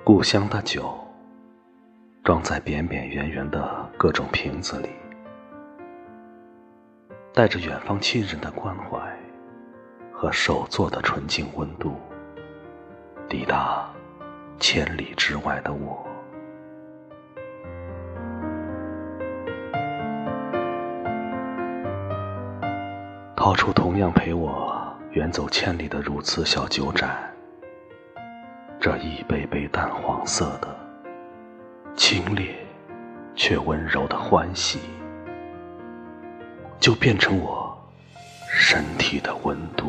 故乡的酒，装在扁扁圆圆的各种瓶子里，带着远方亲人的关怀和手作的纯净温度，抵达千里之外的我。掏出同样陪我远走千里的如此小酒盏，这一杯杯淡黄色的清冽却温柔的欢喜，就变成我身体的温度。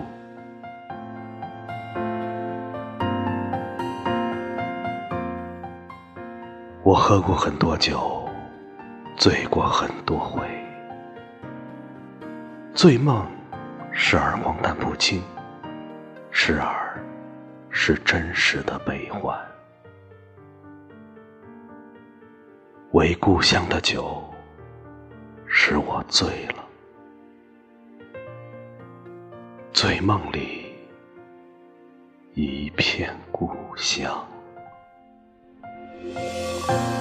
我喝过很多酒，醉过很多回，醉梦时而荒诞不经，时而是真实的悲欢。唯故乡的酒使我醉了，醉梦里一片故乡。